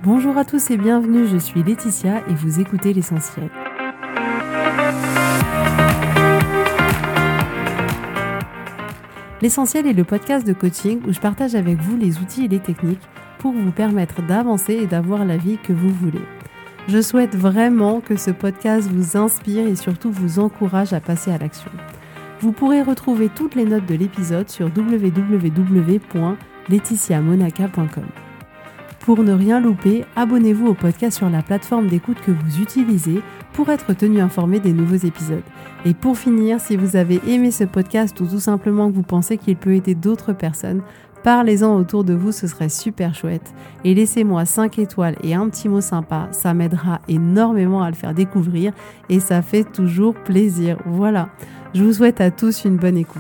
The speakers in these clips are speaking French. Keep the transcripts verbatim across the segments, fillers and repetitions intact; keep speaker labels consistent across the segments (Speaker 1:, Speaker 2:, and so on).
Speaker 1: Bonjour à tous et bienvenue, je suis Laetitia et vous écoutez L'Essentiel. L'Essentiel est le podcast de coaching où je partage avec vous les outils et les techniques pour vous permettre d'avancer et d'avoir la vie que vous voulez. Je souhaite vraiment que ce podcast vous inspire et surtout vous encourage à passer à l'action. Vous pourrez retrouver toutes les notes de l'épisode sur w w w point laetitia monaca point com. Pour ne rien louper, abonnez-vous au podcast sur la plateforme d'écoute que vous utilisez pour être tenu informé des nouveaux épisodes. Et pour finir, si vous avez aimé ce podcast ou tout simplement que vous pensez qu'il peut aider d'autres personnes, parlez-en autour de vous, ce serait super chouette. Et laissez-moi cinq étoiles et un petit mot sympa, ça m'aidera énormément à le faire découvrir et ça fait toujours plaisir. Voilà, je vous souhaite à tous une bonne écoute.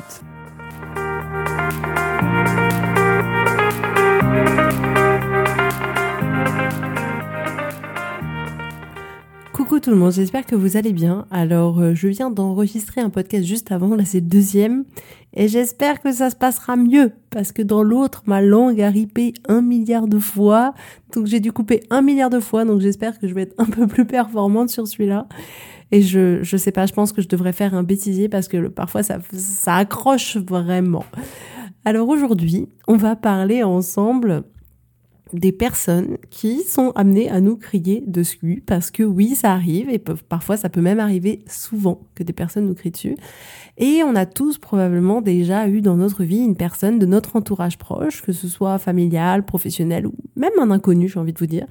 Speaker 1: Coucou tout le monde, j'espère que vous allez bien. Alors euh, je viens d'enregistrer un podcast juste avant, là c'est le deuxième, et j'espère que ça se passera mieux, parce que dans l'autre, ma langue a ripé un milliard de fois, donc j'ai dû couper un milliard de fois, donc j'espère que je vais être un peu plus performante sur celui-là. Et je je sais pas, je pense que je devrais faire un bêtisier, parce que parfois ça, ça accroche vraiment. Alors aujourd'hui, on va parler ensemble des personnes qui sont amenées à nous crier dessus, parce que oui, ça arrive, et peuvent, parfois ça peut même arriver souvent que des personnes nous crient dessus. Et on a tous probablement déjà eu dans notre vie une personne de notre entourage proche, que ce soit familial, professionnel ou même un inconnu, j'ai envie de vous dire,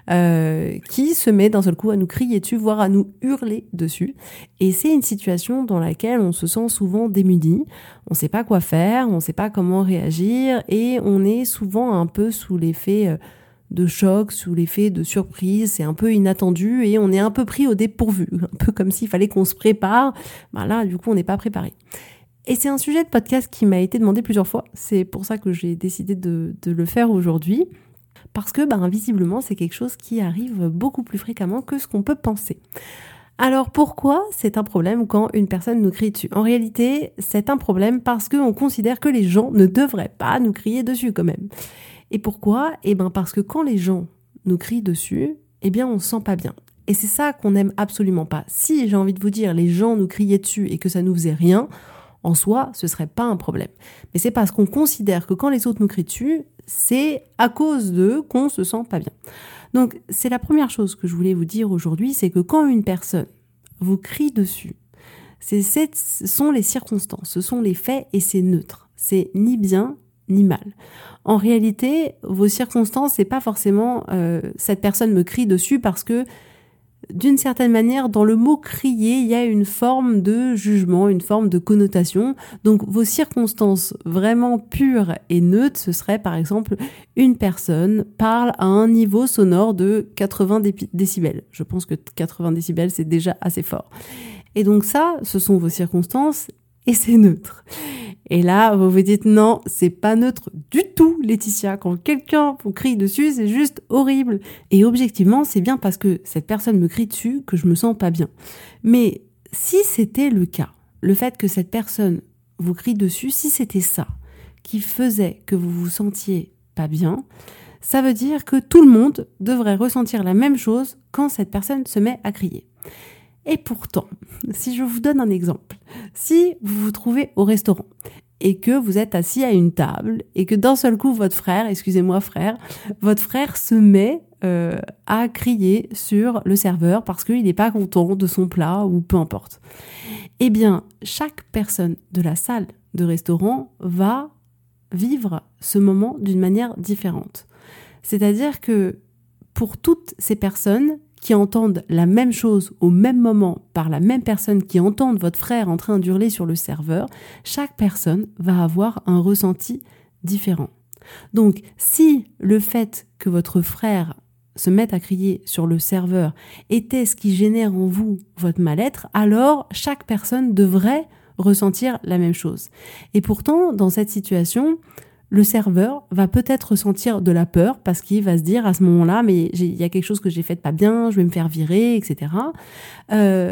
Speaker 1: euh, qui se met d'un seul coup à nous crier dessus, voire à nous hurler dessus. Et c'est une situation dans laquelle on se sent souvent démuni, on ne sait pas quoi faire, on ne sait pas comment réagir, et on est souvent un peu sous l'effet de choc, sous l'effet de surprise, c'est un peu inattendu et on est un peu pris au dépourvu, un peu comme s'il fallait qu'on se prépare. Ben là, du coup, on n'est pas préparé. Et c'est un sujet de podcast qui m'a été demandé plusieurs fois, c'est pour ça que j'ai décidé de, de le faire aujourd'hui, parce que ben, visiblement, c'est quelque chose qui arrive beaucoup plus fréquemment que ce qu'on peut penser. Alors pourquoi c'est un problème quand une personne nous crie dessus ? En réalité, c'est un problème parce qu'on considère que les gens ne devraient pas nous crier dessus quand même. Et pourquoi ? Eh ben parce que quand les gens nous crient dessus, eh bien on se sent pas bien. Et c'est ça qu'on n'aime absolument pas. Si, j'ai envie de vous dire, les gens nous criaient dessus et que ça nous faisait rien, en soi, ce serait pas un problème. Mais c'est parce qu'on considère que quand les autres nous crient dessus, c'est à cause d'eux qu'on se sent pas bien. Donc, c'est la première chose que je voulais vous dire aujourd'hui, c'est que quand une personne vous crie dessus, c'est, c'est, ce sont les circonstances, ce sont les faits et c'est neutre. C'est ni bien ni mal. En réalité, vos circonstances, c'est pas forcément euh, cette personne me crie dessus parce que d'une certaine manière, dans le mot crier, il y a une forme de jugement, une forme de connotation. Donc, vos circonstances vraiment pures et neutres, ce serait par exemple une personne parle à un niveau sonore de quatre-vingts décibels. Je pense que quatre-vingts décibels, c'est déjà assez fort. Et donc ça, ce sont vos circonstances et c'est neutre. Et là, vous vous dites non, c'est pas neutre du tout, Laetitia. Quand quelqu'un vous crie dessus, c'est juste horrible. Et objectivement, c'est bien parce que cette personne me crie dessus que je me sens pas bien. Mais si c'était le cas, le fait que cette personne vous crie dessus, si c'était ça qui faisait que vous vous sentiez pas bien, ça veut dire que tout le monde devrait ressentir la même chose quand cette personne se met à crier. Et pourtant, si je vous donne un exemple, si vous vous trouvez au restaurant et que vous êtes assis à une table et que d'un seul coup votre frère, excusez-moi frère, votre frère se met euh, à crier sur le serveur parce qu'il n'est pas content de son plat ou peu importe. Eh bien, chaque personne de la salle de restaurant va vivre ce moment d'une manière différente. C'est-à-dire que pour toutes ces personnes qui entendent la même chose au même moment par la même personne qui entendent votre frère en train d'hurler sur le serveur, chaque personne va avoir un ressenti différent. Donc, si le fait que votre frère se mette à crier sur le serveur était ce qui génère en vous votre mal-être, alors chaque personne devrait ressentir la même chose. Et pourtant, dans cette situation, le serveur va peut-être ressentir de la peur parce qu'il va se dire à ce moment-là, mais il y a quelque chose que j'ai fait de pas bien, je vais me faire virer, et cetera. Euh,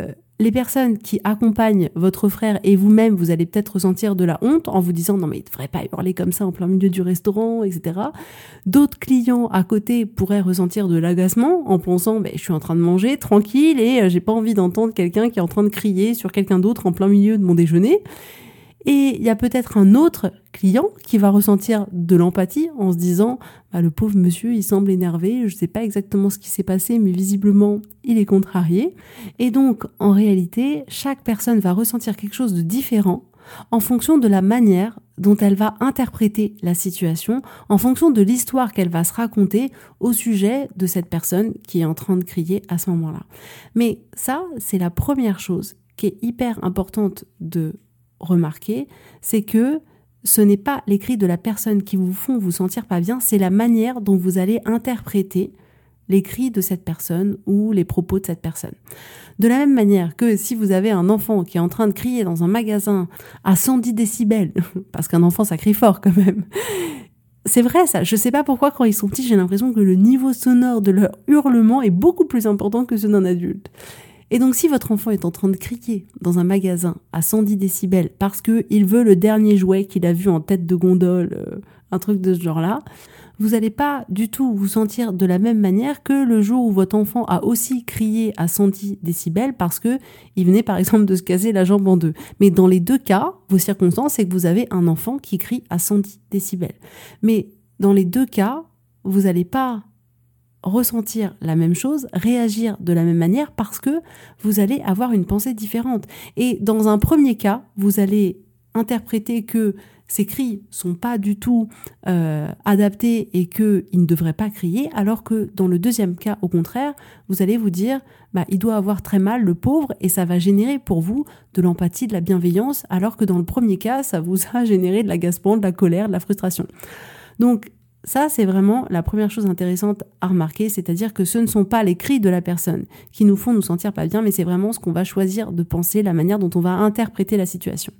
Speaker 1: les personnes qui accompagnent votre frère et vous-même, vous allez peut-être ressentir de la honte en vous disant « Non mais il ne devrait pas hurler comme ça en plein milieu du restaurant, et cetera » D'autres clients à côté pourraient ressentir de l'agacement en pensant bah, « Je suis en train de manger tranquille et j'ai pas envie d'entendre quelqu'un qui est en train de crier sur quelqu'un d'autre en plein milieu de mon déjeuner. » Et il y a peut-être un autre client qui va ressentir de l'empathie en se disant bah, « Le pauvre monsieur, il semble énervé, je ne sais pas exactement ce qui s'est passé, mais visiblement, il est contrarié. » Et donc, en réalité, chaque personne va ressentir quelque chose de différent en fonction de la manière dont elle va interpréter la situation, en fonction de l'histoire qu'elle va se raconter au sujet de cette personne qui est en train de crier à ce moment-là. Mais ça, c'est la première chose qui est hyper importante de remarquer, c'est que ce n'est pas les cris de la personne qui vous font vous sentir pas bien, c'est la manière dont vous allez interpréter les cris de cette personne ou les propos de cette personne. De la même manière que si vous avez un enfant qui est en train de crier dans un magasin à cent dix décibels, parce qu'un enfant ça crie fort quand même, c'est vrai ça, je sais pas pourquoi quand ils sont petits j'ai l'impression que le niveau sonore de leur hurlement est beaucoup plus important que ceux d'un adulte. Et donc, si votre enfant est en train de crier dans un magasin à cent dix décibels parce qu'il veut le dernier jouet qu'il a vu en tête de gondole, euh, un truc de ce genre-là, vous n'allez pas du tout vous sentir de la même manière que le jour où votre enfant a aussi crié à cent dix décibels parce que il venait par exemple de se casser la jambe en deux. Mais dans les deux cas, vos circonstances, c'est que vous avez un enfant qui crie à cent dix décibels. Mais dans les deux cas, vous n'allez pas ressentir la même chose, réagir de la même manière parce que vous allez avoir une pensée différente. Et dans un premier cas, vous allez interpréter que ces cris sont pas du tout euh, adaptés et qu'ils ne devraient pas crier, alors que dans le deuxième cas, au contraire, vous allez vous dire bah, il doit avoir très mal, le pauvre, et ça va générer pour vous de l'empathie, de la bienveillance, alors que dans le premier cas, ça vous a généré de l'agacement, de la colère, de la frustration. Donc, ça, c'est vraiment la première chose intéressante à remarquer, c'est-à-dire que ce ne sont pas les cris de la personne qui nous font nous sentir pas bien, mais c'est vraiment ce qu'on va choisir de penser, la manière dont on va interpréter la situation.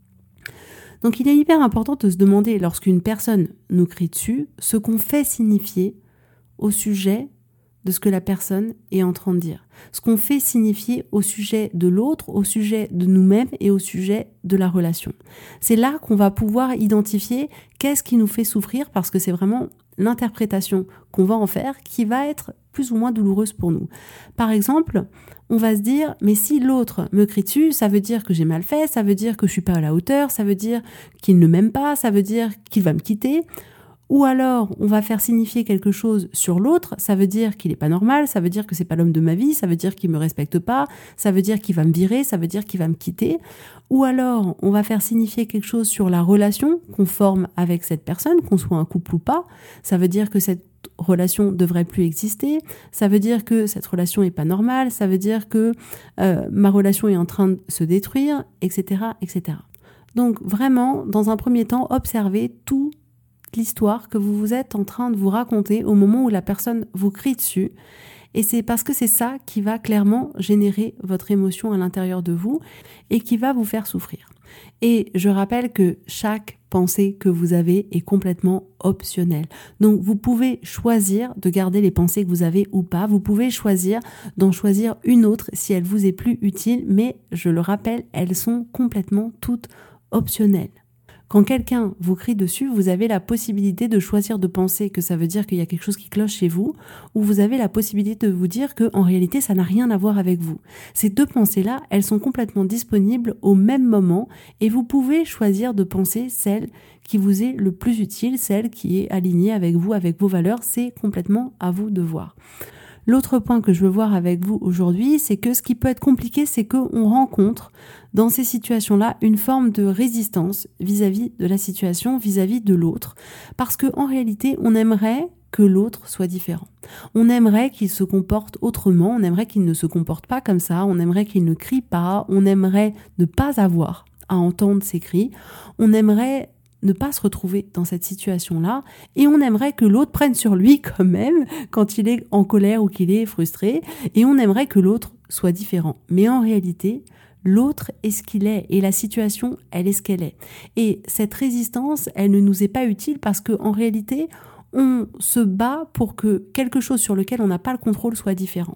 Speaker 1: Donc il est hyper important de se demander, lorsqu'une personne nous crie dessus, ce qu'on fait signifier au sujet de ce que la personne est en train de dire. Ce qu'on fait signifier au sujet de l'autre, au sujet de nous-mêmes et au sujet de la relation. C'est là qu'on va pouvoir identifier qu'est-ce qui nous fait souffrir, parce que c'est vraiment l'interprétation qu'on va en faire qui va être plus ou moins douloureuse pour nous. Par exemple, on va se dire, mais si l'autre me crie dessus, ça veut dire que j'ai mal fait, ça veut dire que je suis pas à la hauteur, ça veut dire qu'il ne m'aime pas, ça veut dire qu'il va me quitter. Ou alors, on va faire signifier quelque chose sur l'autre, ça veut dire qu'il est pas normal, ça veut dire que c'est pas l'homme de ma vie, ça veut dire qu'il me respecte pas, ça veut dire qu'il va me virer, ça veut dire qu'il va me quitter. Ou alors, on va faire signifier quelque chose sur la relation qu'on forme avec cette personne, qu'on soit un couple ou pas, ça veut dire que cette relation devrait plus exister, ça veut dire que cette relation est pas normale, ça veut dire que euh, ma relation est en train de se détruire, et cetera, et cetera. Donc vraiment, dans un premier temps, observez tout l'histoire que vous vous êtes en train de vous raconter au moment où la personne vous crie dessus. Et c'est parce que c'est ça qui va clairement générer votre émotion à l'intérieur de vous et qui va vous faire souffrir. Et je rappelle que chaque pensée que vous avez est complètement optionnelle. Donc vous pouvez choisir de garder les pensées que vous avez ou pas. Vous pouvez choisir d'en choisir une autre si elle vous est plus utile. Mais je le rappelle, elles sont complètement toutes optionnelles. Quand quelqu'un vous crie dessus, vous avez la possibilité de choisir de penser que ça veut dire qu'il y a quelque chose qui cloche chez vous, ou vous avez la possibilité de vous dire que en réalité ça n'a rien à voir avec vous. Ces deux pensées-là, elles sont complètement disponibles au même moment et vous pouvez choisir de penser celle qui vous est le plus utile, celle qui est alignée avec vous, avec vos valeurs. C'est complètement à vous de voir. L'autre point que je veux voir avec vous aujourd'hui, c'est que ce qui peut être compliqué, c'est qu'on rencontre dans ces situations-là une forme de résistance vis-à-vis de la situation, vis-à-vis de l'autre, parce qu'en réalité, on aimerait que l'autre soit différent. On aimerait qu'il se comporte autrement, on aimerait qu'il ne se comporte pas comme ça, on aimerait qu'il ne crie pas, on aimerait ne pas avoir à entendre ses cris, on aimerait ne pas se retrouver dans cette situation-là, et on aimerait que l'autre prenne sur lui quand même quand il est en colère ou qu'il est frustré, et on aimerait que l'autre soit différent. Mais en réalité, l'autre est ce qu'il est, et la situation, elle est ce qu'elle est. Et cette résistance, elle ne nous est pas utile parce qu'en réalité, on se bat pour que quelque chose sur lequel on n'a pas le contrôle soit différent.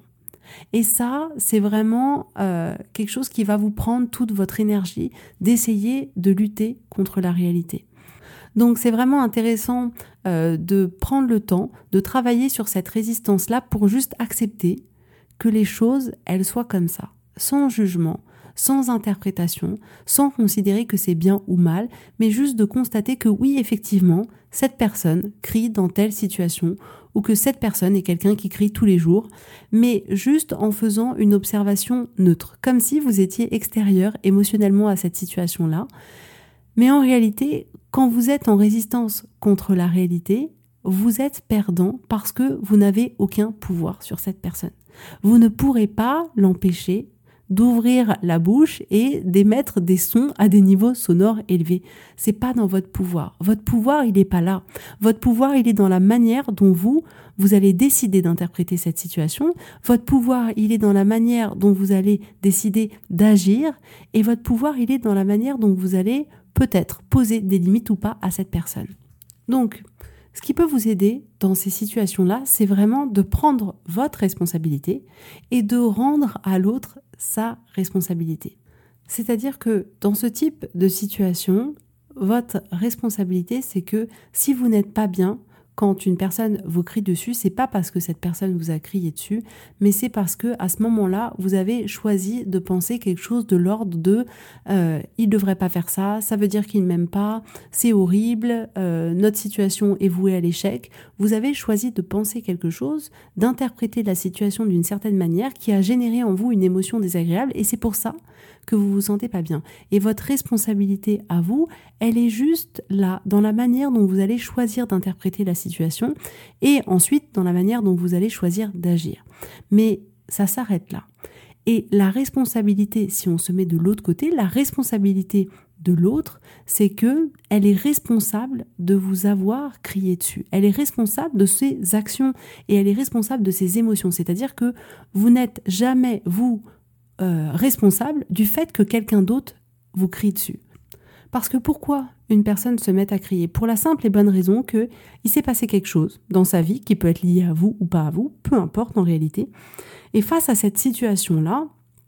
Speaker 1: Et ça, c'est vraiment euh, quelque chose qui va vous prendre toute votre énergie d'essayer de lutter contre la réalité. Donc c'est vraiment intéressant euh, de prendre le temps de travailler sur cette résistance-là pour juste accepter que les choses, elles soient comme ça, sans jugement, sans interprétation, sans considérer que c'est bien ou mal, mais juste de constater que oui, effectivement, cette personne crie dans telle situation, ou que cette personne est quelqu'un qui crie tous les jours, mais juste en faisant une observation neutre, comme si vous étiez extérieur émotionnellement à cette situation-là. Mais en réalité, quand vous êtes en résistance contre la réalité, vous êtes perdant parce que vous n'avez aucun pouvoir sur cette personne. Vous ne pourrez pas l'empêcher d'ouvrir la bouche et d'émettre des sons à des niveaux sonores élevés. C'est pas dans votre pouvoir. Votre pouvoir, il est pas là. Votre pouvoir, il est dans la manière dont vous, vous allez décider d'interpréter cette situation. Votre pouvoir, il est dans la manière dont vous allez décider d'agir. Et votre pouvoir, il est dans la manière dont vous allez peut-être poser des limites ou pas à cette personne. Donc, ce qui peut vous aider dans ces situations-là, c'est vraiment de prendre votre responsabilité et de rendre à l'autre sa responsabilité. C'est-à-dire que dans ce type de situation, votre responsabilité, c'est que si vous n'êtes pas bien, quand une personne vous crie dessus, c'est pas parce que cette personne vous a crié dessus, mais c'est parce que à ce moment-là, vous avez choisi de penser quelque chose de l'ordre de euh, il devrait pas faire ça, ça veut dire qu'il ne m'aime pas, c'est horrible, euh, notre situation est vouée à l'échec. Vous avez choisi de penser quelque chose, d'interpréter la situation d'une certaine manière qui a généré en vous une émotion désagréable, et c'est pour ça que vous vous sentez pas bien. Et votre responsabilité à vous, elle est juste là, dans la manière dont vous allez choisir d'interpréter la situation et ensuite dans la manière dont vous allez choisir d'agir. Mais ça s'arrête là. Et la responsabilité, si on se met de l'autre côté, la responsabilité de l'autre, c'est que elle est responsable de vous avoir crié dessus. Elle est responsable de ses actions et elle est responsable de ses émotions. C'est-à-dire que vous n'êtes jamais, vous, Euh, responsable du fait que quelqu'un d'autre vous crie dessus. Parce que pourquoi une personne se met à crier? Pour la simple et bonne raison que il s'est passé quelque chose dans sa vie qui peut être lié à vous ou pas à vous, peu importe en réalité. Et face à cette situation-là,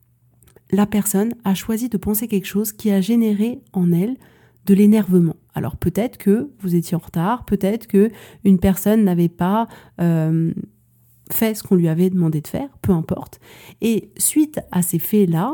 Speaker 1: la personne a choisi de penser quelque chose qui a généré en elle de l'énervement. Alors peut-être que vous étiez en retard, peut-être que une personne n'avait pas euh, fait ce qu'on lui avait demandé de faire, peu importe. Et suite à ces faits-là,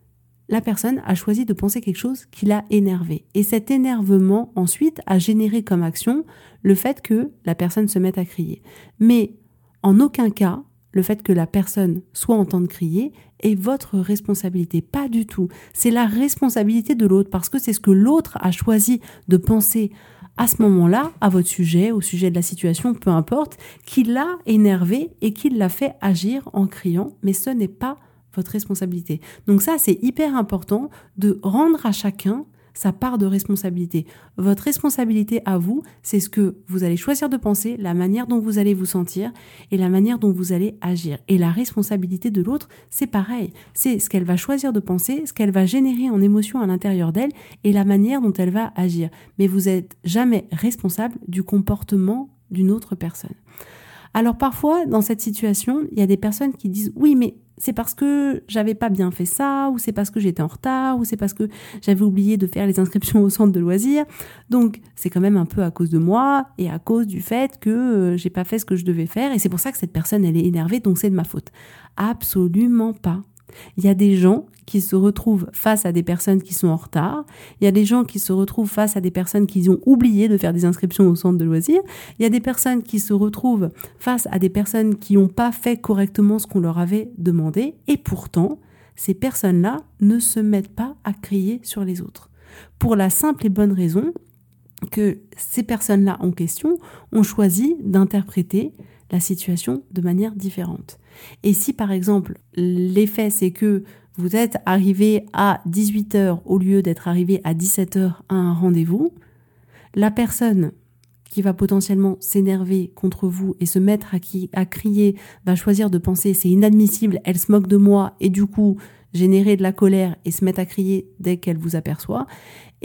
Speaker 1: la personne a choisi de penser quelque chose qui l'a énervé. Et cet énervement, ensuite, a généré comme action le fait que la personne se mette à crier. Mais en aucun cas, le fait que la personne soit en train de crier est votre responsabilité. Pas du tout. C'est la responsabilité de l'autre parce que c'est ce que l'autre a choisi de penser à ce moment-là, à votre sujet, au sujet de la situation, peu importe, qui l'a énervé et qui l'a fait agir en criant, mais ce n'est pas votre responsabilité. Donc ça, c'est hyper important de rendre à chacun sa part de responsabilité. Votre responsabilité à vous, c'est ce que vous allez choisir de penser, la manière dont vous allez vous sentir et la manière dont vous allez agir. Et la responsabilité de l'autre, c'est pareil. C'est ce qu'elle va choisir de penser, ce qu'elle va générer en émotion à l'intérieur d'elle et la manière dont elle va agir. Mais vous n'êtes jamais responsable du comportement d'une autre personne. Alors parfois, dans cette situation, il y a des personnes qui disent « Oui, mais c'est parce que j'avais pas bien fait ça, ou c'est parce que j'étais en retard, ou c'est parce que j'avais oublié de faire les inscriptions au centre de loisirs. Donc c'est quand même un peu à cause de moi et à cause du fait que euh, j'ai pas fait ce que je devais faire et c'est pour ça que cette personne elle est énervée, donc c'est de ma faute. » Absolument pas. Il y a des gens qui se retrouvent face à des personnes qui sont en retard. Il y a des gens qui se retrouvent face à des personnes qui ont oublié de faire des inscriptions au centre de loisirs. Il y a des personnes qui se retrouvent face à des personnes qui n'ont pas fait correctement ce qu'on leur avait demandé. Et pourtant, ces personnes-là ne se mettent pas à crier sur les autres. Pour la simple et bonne raison que ces personnes-là en question ont choisi d'interpréter la situation de manière différente. Et si par exemple l'effet c'est que vous êtes arrivé à dix-huit heures au lieu d'être arrivé à dix-sept heures à un rendez-vous, la personne qui va potentiellement s'énerver contre vous et se mettre à, qui, à crier va choisir de penser c'est inadmissible, elle se moque de moi et du coup générer de la colère et se mettre à crier dès qu'elle vous aperçoit. Et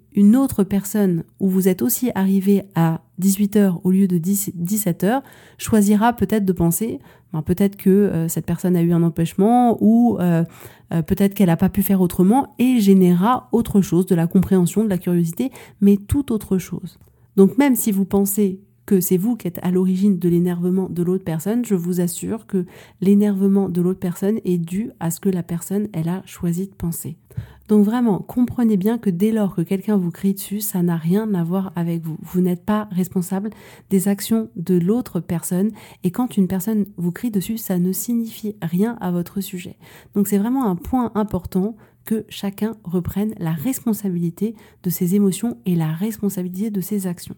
Speaker 1: une autre personne où vous êtes aussi arrivé à dix-huit heures au lieu de dix-sept heures choisira peut-être de penser, ben peut-être que euh, cette personne a eu un empêchement ou euh, euh, peut-être qu'elle n'a pas pu faire autrement et générera autre chose, de la compréhension, de la curiosité, mais tout autre chose. Donc même si vous pensez que c'est vous qui êtes à l'origine de l'énervement de l'autre personne, je vous assure que l'énervement de l'autre personne est dû à ce que la personne, elle a choisi de penser. Donc vraiment, comprenez bien que dès lors que quelqu'un vous crie dessus, ça n'a rien à voir avec vous. Vous n'êtes pas responsable des actions de l'autre personne. Et quand une personne vous crie dessus, ça ne signifie rien à votre sujet. Donc c'est vraiment un point important que chacun reprenne la responsabilité de ses émotions et la responsabilité de ses actions.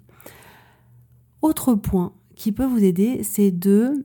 Speaker 1: Autre point qui peut vous aider, c'est de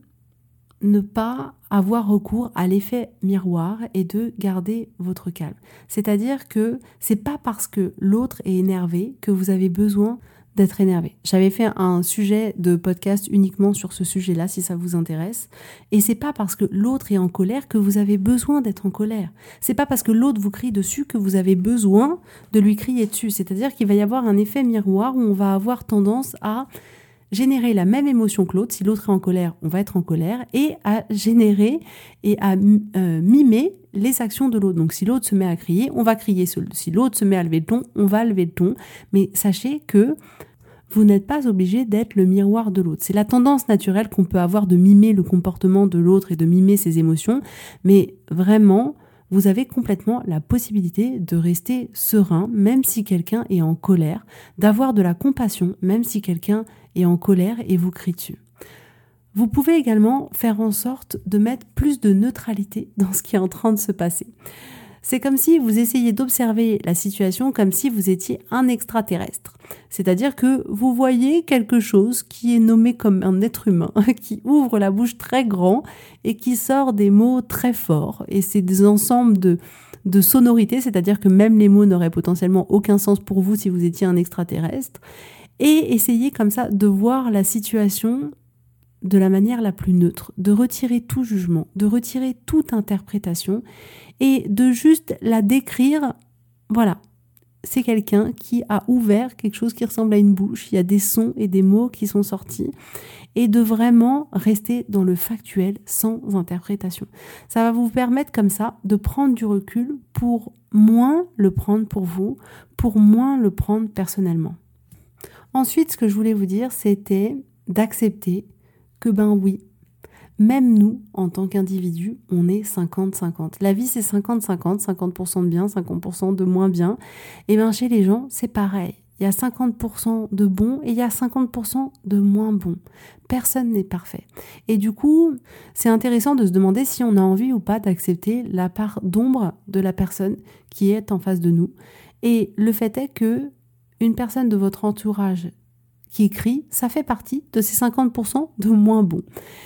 Speaker 1: ne pas avoir recours à l'effet miroir et de garder votre calme. C'est-à-dire que c'est pas parce que l'autre est énervé que vous avez besoin d'être énervé. J'avais fait un sujet de podcast uniquement sur ce sujet-là, si ça vous intéresse. Et c'est pas parce que l'autre est en colère que vous avez besoin d'être en colère. C'est pas parce que l'autre vous crie dessus que vous avez besoin de lui crier dessus. C'est-à-dire qu'il va y avoir un effet miroir où on va avoir tendance à générer la même émotion que l'autre. Si l'autre est en colère, on va être en colère, et à générer et à euh, mimer les actions de l'autre. Donc si l'autre se met à crier, on va crier. Si l'autre se met à lever le ton, on va lever le ton. Mais sachez que vous n'êtes pas obligé d'être le miroir de l'autre. C'est la tendance naturelle qu'on peut avoir de mimer le comportement de l'autre et de mimer ses émotions, mais vraiment, vous avez complètement la possibilité de rester serein, même si quelqu'un est en colère, d'avoir de la compassion, même si quelqu'un est en colère et vous crie dessus. Vous pouvez également faire en sorte de mettre plus de neutralité dans ce qui est en train de se passer. C'est comme si vous essayiez d'observer la situation comme si vous étiez un extraterrestre. C'est-à-dire que vous voyez quelque chose qui est nommé comme un être humain, qui ouvre la bouche très grand et qui sort des mots très forts. Et c'est des ensembles de, de sonorités, c'est-à-dire que même les mots n'auraient potentiellement aucun sens pour vous si vous étiez un extraterrestre. Et essayez comme ça de voir la situation de la manière la plus neutre, de retirer tout jugement, de retirer toute interprétation et de juste la décrire. Voilà, c'est quelqu'un qui a ouvert quelque chose qui ressemble à une bouche, il y a des sons et des mots qui sont sortis, et de vraiment rester dans le factuel sans interprétation. Ça va vous permettre comme ça de prendre du recul pour moins le prendre pour vous, pour moins le prendre personnellement. Ensuite, ce que je voulais vous dire, c'était d'accepter que ben oui, même nous, en tant qu'individus, on est cinquante cinquante. La vie, c'est cinquante cinquante, cinquante pour cent de bien, cinquante pour cent de moins bien. Et bien chez les gens, c'est pareil. Il y a cinquante pour cent de bons et il y a cinquante pour cent de moins bons. Personne n'est parfait. Et du coup, c'est intéressant de se demander si on a envie ou pas d'accepter la part d'ombre de la personne qui est en face de nous. Et le fait est que une personne de votre entourage qui crie, ça fait partie de ces cinquante pour cent de moins bons.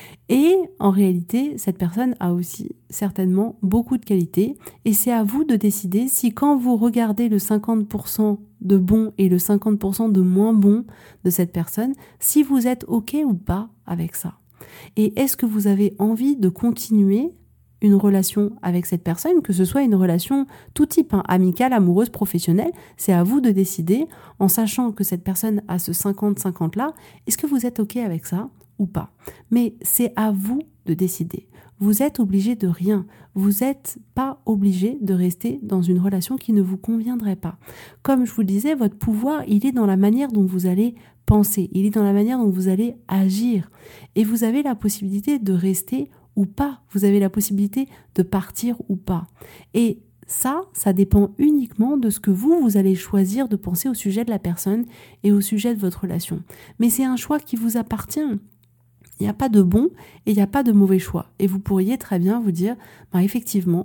Speaker 1: Et en réalité, cette personne a aussi certainement beaucoup de qualités et c'est à vous de décider si quand vous regardez le cinquante pour cent de bons et le cinquante pour cent de moins bons de cette personne, si vous êtes OK ou pas avec ça. Et est-ce que vous avez envie de continuer une relation avec cette personne, que ce soit une relation tout type, hein, amicale, amoureuse, professionnelle, c'est à vous de décider, en sachant que cette personne a ce cinquante cinquante là, est-ce que vous êtes OK avec ça ou pas? Mais c'est à vous de décider. Vous êtes obligé de rien. Vous n'êtes pas obligé de rester dans une relation qui ne vous conviendrait pas. Comme je vous le disais, votre pouvoir, il est dans la manière dont vous allez penser, il est dans la manière dont vous allez agir. Et vous avez la possibilité de rester ou pas. Vous avez la possibilité de partir ou pas. Et ça, ça dépend uniquement de ce que vous, vous allez choisir de penser au sujet de la personne et au sujet de votre relation. Mais c'est un choix qui vous appartient. Il n'y a pas de bon et il n'y a pas de mauvais choix. Et vous pourriez très bien vous dire, bah effectivement,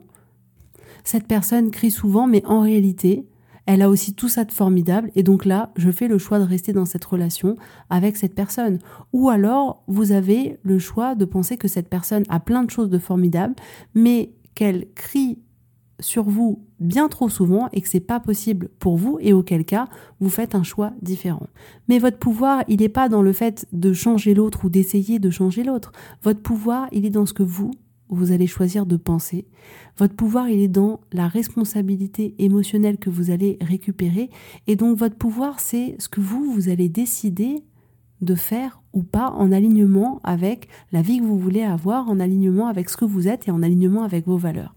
Speaker 1: cette personne crie souvent, mais en réalité, elle a aussi tout ça de formidable. Et donc là, je fais le choix de rester dans cette relation avec cette personne. Ou alors, vous avez le choix de penser que cette personne a plein de choses de formidables, mais qu'elle crie sur vous bien trop souvent et que c'est pas possible pour vous et auquel cas vous faites un choix différent. Mais votre pouvoir, il n'est pas dans le fait de changer l'autre ou d'essayer de changer l'autre. Votre pouvoir, il est dans ce que vous, vous allez choisir de penser. Votre pouvoir, il est dans la responsabilité émotionnelle que vous allez récupérer. Et donc, votre pouvoir, c'est ce que vous, vous allez décider de faire ou pas en alignement avec la vie que vous voulez avoir, en alignement avec ce que vous êtes et en alignement avec vos valeurs.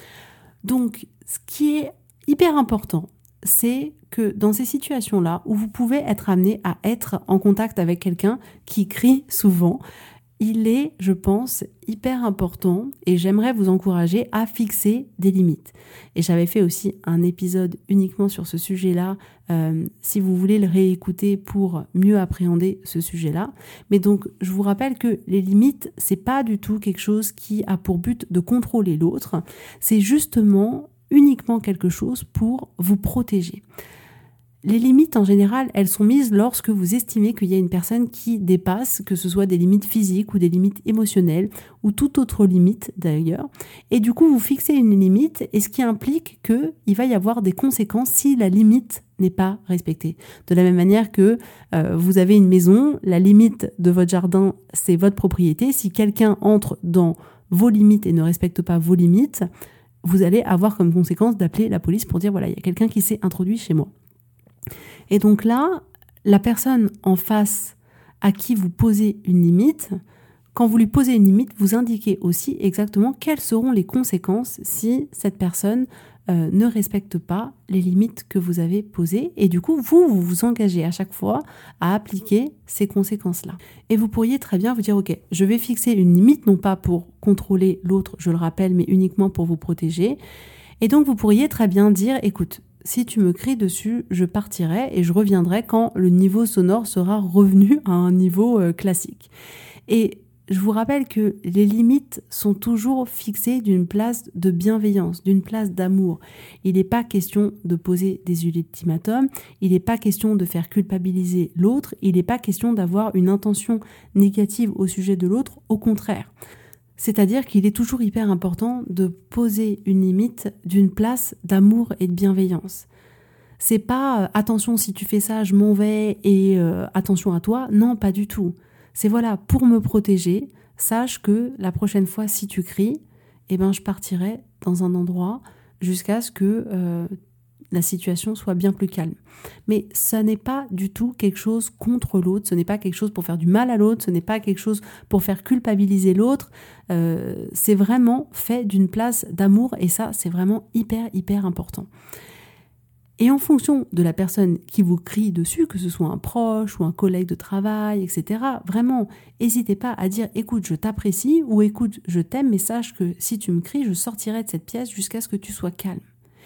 Speaker 1: Donc, ce qui est hyper important, c'est que dans ces situations-là où vous pouvez être amené à être en contact avec quelqu'un qui crie souvent, il est, je pense, hyper important et j'aimerais vous encourager à fixer des limites. Et j'avais fait aussi un épisode uniquement sur ce sujet-là, euh, si vous voulez le réécouter pour mieux appréhender ce sujet-là. Mais donc, je vous rappelle que les limites, c'est pas du tout quelque chose qui a pour but de contrôler l'autre. C'est justement uniquement quelque chose pour vous protéger. Les limites, en général, elles sont mises lorsque vous estimez qu'il y a une personne qui dépasse, que ce soit des limites physiques ou des limites émotionnelles, ou toute autre limite d'ailleurs. Et du coup, vous fixez une limite, et ce qui implique qu'il va y avoir des conséquences si la limite n'est pas respectée. De la même manière que euh, vous avez une maison, la limite de votre jardin, c'est votre propriété. Si quelqu'un entre dans vos limites et ne respecte pas vos limites, vous allez avoir comme conséquence d'appeler la police pour dire, voilà, il y a quelqu'un qui s'est introduit chez moi. Et donc là, la personne en face à qui vous posez une limite, quand vous lui posez une limite, vous indiquez aussi exactement quelles seront les conséquences si cette personne euh, ne respecte pas les limites que vous avez posées. Et du coup, vous, vous vous engagez à chaque fois à appliquer ces conséquences-là. Et vous pourriez très bien vous dire, ok, je vais fixer une limite, non pas pour contrôler l'autre, je le rappelle, mais uniquement pour vous protéger. Et donc, vous pourriez très bien dire, écoute, si tu me cries dessus, je partirai et je reviendrai quand le niveau sonore sera revenu à un niveau euh, classique. Et je vous rappelle que les limites sont toujours fixées d'une place de bienveillance, d'une place d'amour. Il n'est pas question de poser des ultimatums, il n'est pas question de faire culpabiliser l'autre, il n'est pas question d'avoir une intention négative au sujet de l'autre, au contraire. C'est-à-dire qu'il est toujours hyper important de poser une limite d'une place d'amour et de bienveillance. C'est pas euh, attention si tu fais ça, je m'en vais et euh, attention à toi. Non, pas du tout. C'est voilà, pour me protéger, sache que la prochaine fois si tu cries, eh ben je partirai dans un endroit jusqu'à ce que euh, la situation soit bien plus calme. Mais ça n'est pas du tout quelque chose contre l'autre, ce n'est pas quelque chose pour faire du mal à l'autre, ce n'est pas quelque chose pour faire culpabiliser l'autre, euh, c'est vraiment fait d'une place d'amour et ça, c'est vraiment hyper, hyper important. Et en fonction de la personne qui vous crie dessus, que ce soit un proche ou un collègue de travail, et cetera, vraiment, n'hésitez pas à dire « écoute, je t'apprécie » ou « écoute, je t'aime, mais sache que si tu me cries, je sortirai de cette pièce jusqu'à ce que tu sois calme. »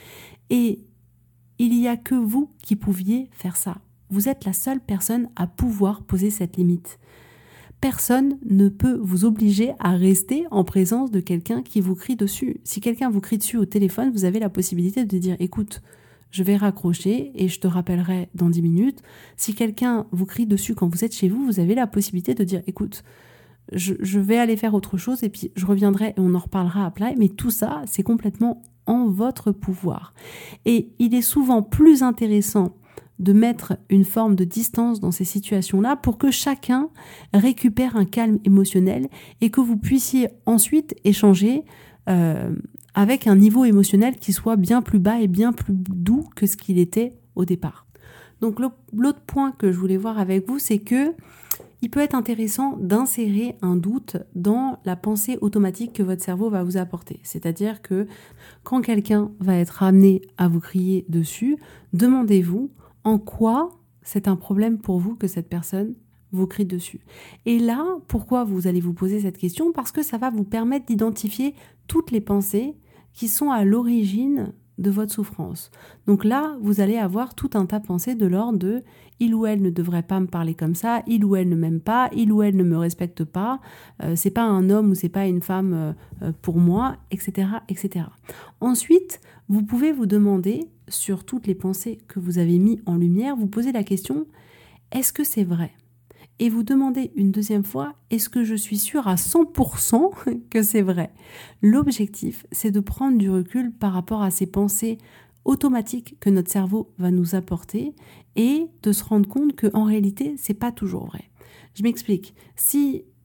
Speaker 1: Et il n'y a que vous qui pouviez faire ça. Vous êtes la seule personne à pouvoir poser cette limite. Personne ne peut vous obliger à rester en présence de quelqu'un qui vous crie dessus. Si quelqu'un vous crie dessus au téléphone, vous avez la possibilité de dire « écoute, je vais raccrocher et je te rappellerai dans dix minutes. » Si quelqu'un vous crie dessus quand vous êtes chez vous, vous avez la possibilité de dire « écoute, je, je vais aller faire autre chose et puis je reviendrai et on en reparlera après. » Mais tout ça, c'est complètement en votre pouvoir. Et il est souvent plus intéressant de mettre une forme de distance dans ces situations-là pour que chacun récupère un calme émotionnel et que vous puissiez ensuite échanger euh, avec un niveau émotionnel qui soit bien plus bas et bien plus doux que ce qu'il était au départ. Donc l'autre point que je voulais voir avec vous, c'est que il peut être intéressant d'insérer un doute dans la pensée automatique que votre cerveau va vous apporter. C'est-à-dire que quand quelqu'un va être amené à vous crier dessus, demandez-vous en quoi c'est un problème pour vous que cette personne vous crie dessus. Et là, pourquoi vous allez vous poser cette question ? Parce que ça va vous permettre d'identifier toutes les pensées qui sont à l'origine de votre souffrance. Donc là, vous allez avoir tout un tas de pensées de l'ordre de « il ou elle ne devrait pas me parler comme ça, il ou elle ne m'aime pas, il ou elle ne me respecte pas, euh, c'est pas un homme ou c'est pas une femme euh, pour moi, et cetera, et cetera. Ensuite, vous pouvez vous demander, sur toutes les pensées que vous avez mis en lumière, vous posez la question « est-ce que c'est vrai ?» Et vous demandez une deuxième fois, est-ce que je suis sûre à cent pour cent que c'est vrai ? L'objectif, c'est de prendre du recul par rapport à ces pensées automatiques que notre cerveau va nous apporter et de se rendre compte qu'en réalité, c'est pas toujours vrai. Je m'explique. Si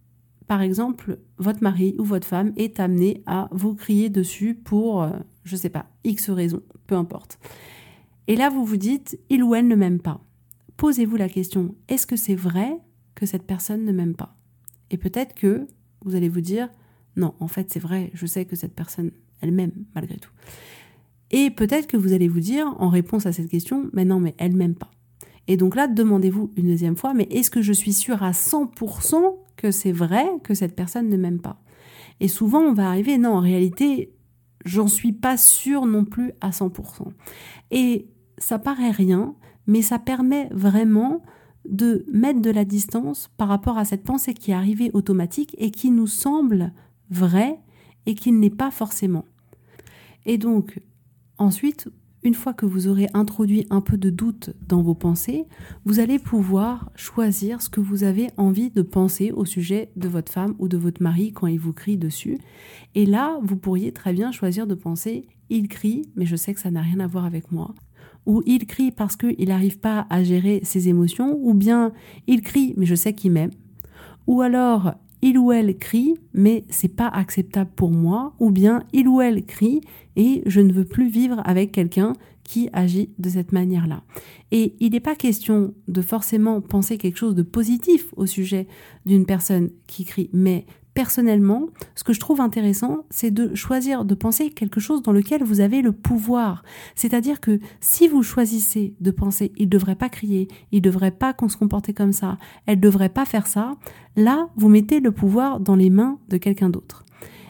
Speaker 1: par exemple, votre mari ou votre femme est amené à vous crier dessus pour, euh, je sais pas, X raison, peu importe. Et là, vous vous dites, il ou elle ne m'aime pas. Posez-vous la question, est-ce que c'est vrai que cette personne ne m'aime pas ? Et peut-être que vous allez vous dire, non, en fait, c'est vrai, je sais que cette personne, elle m'aime malgré tout. Et peut-être que vous allez vous dire, en réponse à cette question, mais non, mais elle m'aime pas. Et donc là, demandez-vous une deuxième fois, mais est-ce que je suis sûre à cent pour cent que c'est vrai que cette personne ne m'aime pas ? Et souvent, on va arriver, non, en réalité, j'en suis pas sûre non plus à cent pour cent. Et ça paraît rien, mais ça permet vraiment de mettre de la distance par rapport à cette pensée qui est arrivée automatique et qui nous semble vraie et qui ne l'est pas forcément. Et donc, ensuite, une fois que vous aurez introduit un peu de doute dans vos pensées, vous allez pouvoir choisir ce que vous avez envie de penser au sujet de votre femme ou de votre mari quand il vous crie dessus. Et là, vous pourriez très bien choisir de penser « il crie, mais je sais que ça n'a rien à voir avec moi ». Ou « il crie parce qu'il n'arrive pas à gérer ses émotions » ou bien « il crie, mais je sais qu'il m'aime ». Ou alors « il ou elle crie, mais c'est pas acceptable pour moi » ou bien « il ou elle crie et je ne veux plus vivre avec quelqu'un qui agit de cette manière-là ». Et il n'est pas question de forcément penser quelque chose de positif au sujet d'une personne qui crie, mais personnellement, ce que je trouve intéressant, c'est de choisir de penser quelque chose dans lequel vous avez le pouvoir. C'est-à-dire que si vous choisissez de penser « il ne devrait pas crier, il ne devrait pas qu'on se comporte comme ça, elle ne devrait pas faire ça », là, vous mettez le pouvoir dans les mains de quelqu'un d'autre.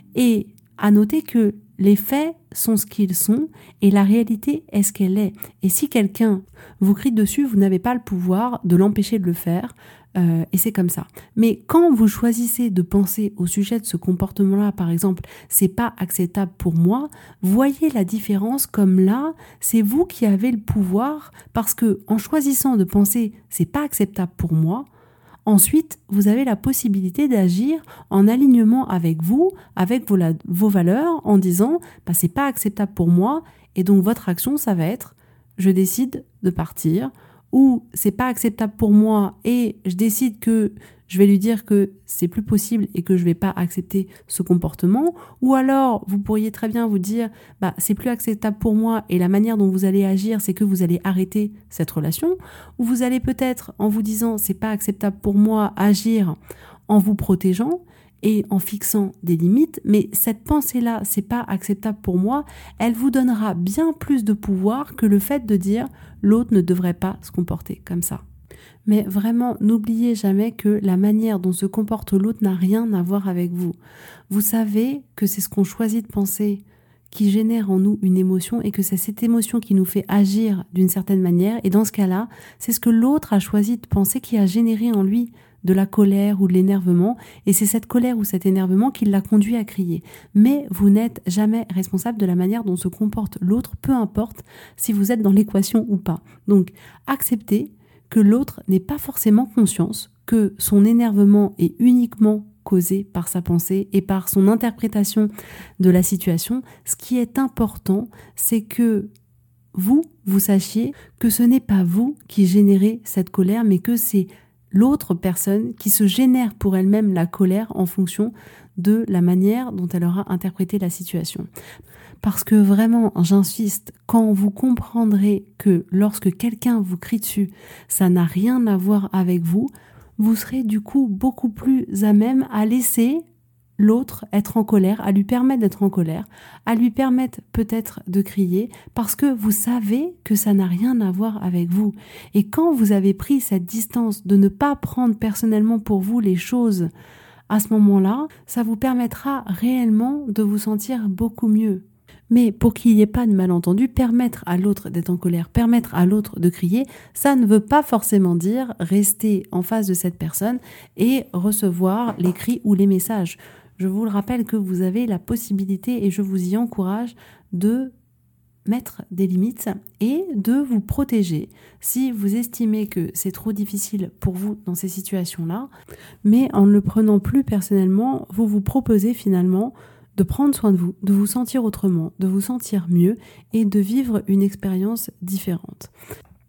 Speaker 1: Et à noter que les faits sont ce qu'ils sont et la réalité est ce qu'elle est. Et si quelqu'un vous crie dessus, vous n'avez pas le pouvoir de l'empêcher de le faire. Euh, et c'est comme ça. Mais quand vous choisissez de penser au sujet de ce comportement-là, par exemple, c'est pas acceptable pour moi, voyez la différence comme là, c'est vous qui avez le pouvoir parce que en choisissant de penser c'est pas acceptable pour moi, ensuite, vous avez la possibilité d'agir en alignement avec vous, avec vos, la, vos valeurs, en disant bah, « c'est pas acceptable pour moi » et donc votre action, ça va être « je décide de partir » ou « c'est pas acceptable pour moi et je décide que je vais lui dire que c'est plus possible et que je vais pas accepter ce comportement » ou alors vous pourriez très bien vous dire bah, « c'est plus acceptable pour moi et la manière dont vous allez agir, c'est que vous allez arrêter cette relation » ou vous allez peut-être, en vous disant « c'est pas acceptable pour moi » agir en vous protégeant et en fixant des limites, mais cette pensée-là, c'est pas acceptable pour moi, elle vous donnera bien plus de pouvoir que le fait de dire l'autre ne devrait pas se comporter comme ça. Mais vraiment, n'oubliez jamais que la manière dont se comporte l'autre n'a rien à voir avec vous. Vous savez que c'est ce qu'on choisit de penser qui génère en nous une émotion et que c'est cette émotion qui nous fait agir d'une certaine manière. Et dans ce cas-là, c'est ce que l'autre a choisi de penser qui a généré en lui de la colère ou de l'énervement, et c'est cette colère ou cet énervement qui l'a conduit à crier. Mais vous n'êtes jamais responsable de la manière dont se comporte l'autre, peu importe si vous êtes dans l'équation ou pas. Donc, acceptez que l'autre n'ait pas forcément conscience que son énervement est uniquement causé par sa pensée et par son interprétation de la situation. Ce qui est important, c'est que vous, vous sachiez que ce n'est pas vous qui générez cette colère, mais que c'est l'autre personne qui se génère pour elle-même la colère en fonction de la manière dont elle aura interprété la situation. Parce que vraiment, j'insiste, quand vous comprendrez que lorsque quelqu'un vous crie dessus, ça n'a rien à voir avec vous, vous serez du coup beaucoup plus à même à laisser l'autre être en colère, à lui permettre d'être en colère, à lui permettre peut-être de crier, parce que vous savez que ça n'a rien à voir avec vous. Et quand vous avez pris cette distance de ne pas prendre personnellement pour vous les choses à ce moment-là, ça vous permettra réellement de vous sentir beaucoup mieux. Mais pour qu'il n'y ait pas de malentendu, permettre à l'autre d'être en colère, permettre à l'autre de crier, ça ne veut pas forcément dire rester en face de cette personne et recevoir les cris ou les messages. Je vous le rappelle que vous avez la possibilité, et je vous y encourage, de mettre des limites et de vous protéger si vous estimez que c'est trop difficile pour vous dans ces situations-là. Mais en ne le prenant plus personnellement, vous vous proposez finalement de prendre soin de vous, de vous sentir autrement, de vous sentir mieux et de vivre une expérience différente.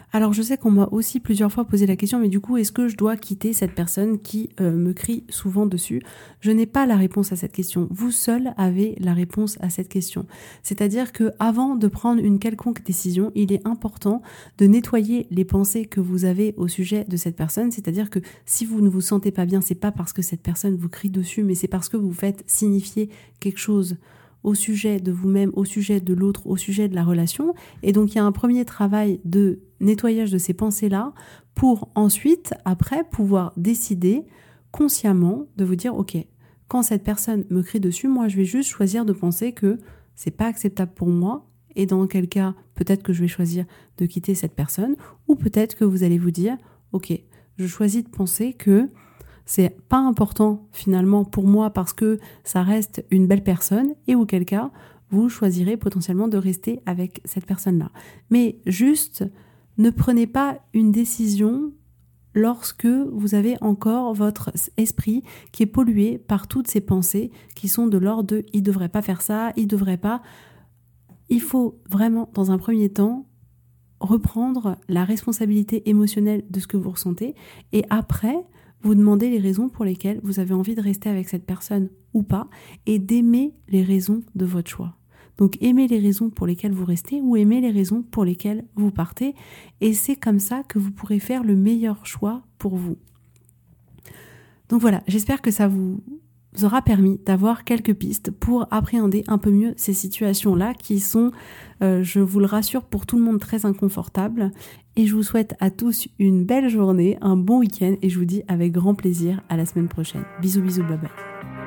Speaker 1: Alors je sais qu'on m'a aussi plusieurs fois posé la question, mais du coup, est-ce que je dois quitter cette personne qui euh, me crie souvent dessus ? Je n'ai pas la réponse à cette question. Vous seul avez la réponse à cette question. C'est-à-dire que avant de prendre une quelconque décision, il est important de nettoyer les pensées que vous avez au sujet de cette personne. C'est-à-dire que si vous ne vous sentez pas bien, c'est pas parce que cette personne vous crie dessus, mais c'est parce que vous faites signifier quelque chose au sujet de vous-même, au sujet de l'autre, au sujet de la relation. Et donc, il y a un premier travail de nettoyage de ces pensées-là pour ensuite, après, pouvoir décider consciemment de vous dire, OK, quand cette personne me crie dessus, moi, je vais juste choisir de penser que c'est pas acceptable pour moi. Et dans quel cas, peut-être que je vais choisir de quitter cette personne, ou peut-être que vous allez vous dire, OK, je choisis de penser que c'est pas important finalement pour moi parce que ça reste une belle personne, et auquel cas vous choisirez potentiellement de rester avec cette personne-là. Mais juste, ne prenez pas une décision lorsque vous avez encore votre esprit qui est pollué par toutes ces pensées qui sont de l'ordre de « il devrait pas faire ça, il devrait pas ». Il faut vraiment, dans un premier temps, reprendre la responsabilité émotionnelle de ce que vous ressentez, et après, vous demandez les raisons pour lesquelles vous avez envie de rester avec cette personne ou pas, et d'aimer les raisons de votre choix. Donc aimez les raisons pour lesquelles vous restez ou aimez les raisons pour lesquelles vous partez, et c'est comme ça que vous pourrez faire le meilleur choix pour vous. Donc voilà, j'espère que ça vous aura permis d'avoir quelques pistes pour appréhender un peu mieux ces situations-là qui sont, euh, je vous le rassure, pour tout le monde très inconfortables. Et je vous souhaite à tous une belle journée, un bon week-end, et je vous dis avec grand plaisir à la semaine prochaine. Bisous, bisous, bye bye.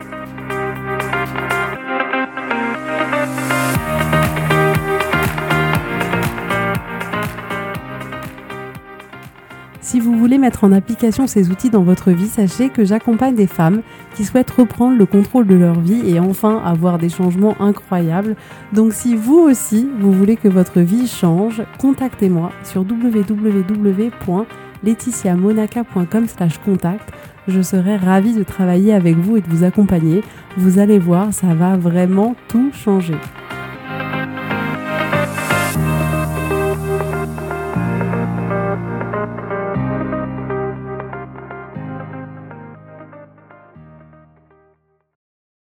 Speaker 1: Si vous voulez mettre en application ces outils dans votre vie, sachez que j'accompagne des femmes qui souhaitent reprendre le contrôle de leur vie et enfin avoir des changements incroyables. Donc si vous aussi, vous voulez que votre vie change, contactez-moi sur w w w point laetitia monaca point com slash contact. Je serai ravie de travailler avec vous et de vous accompagner. Vous allez voir, ça va vraiment tout changer.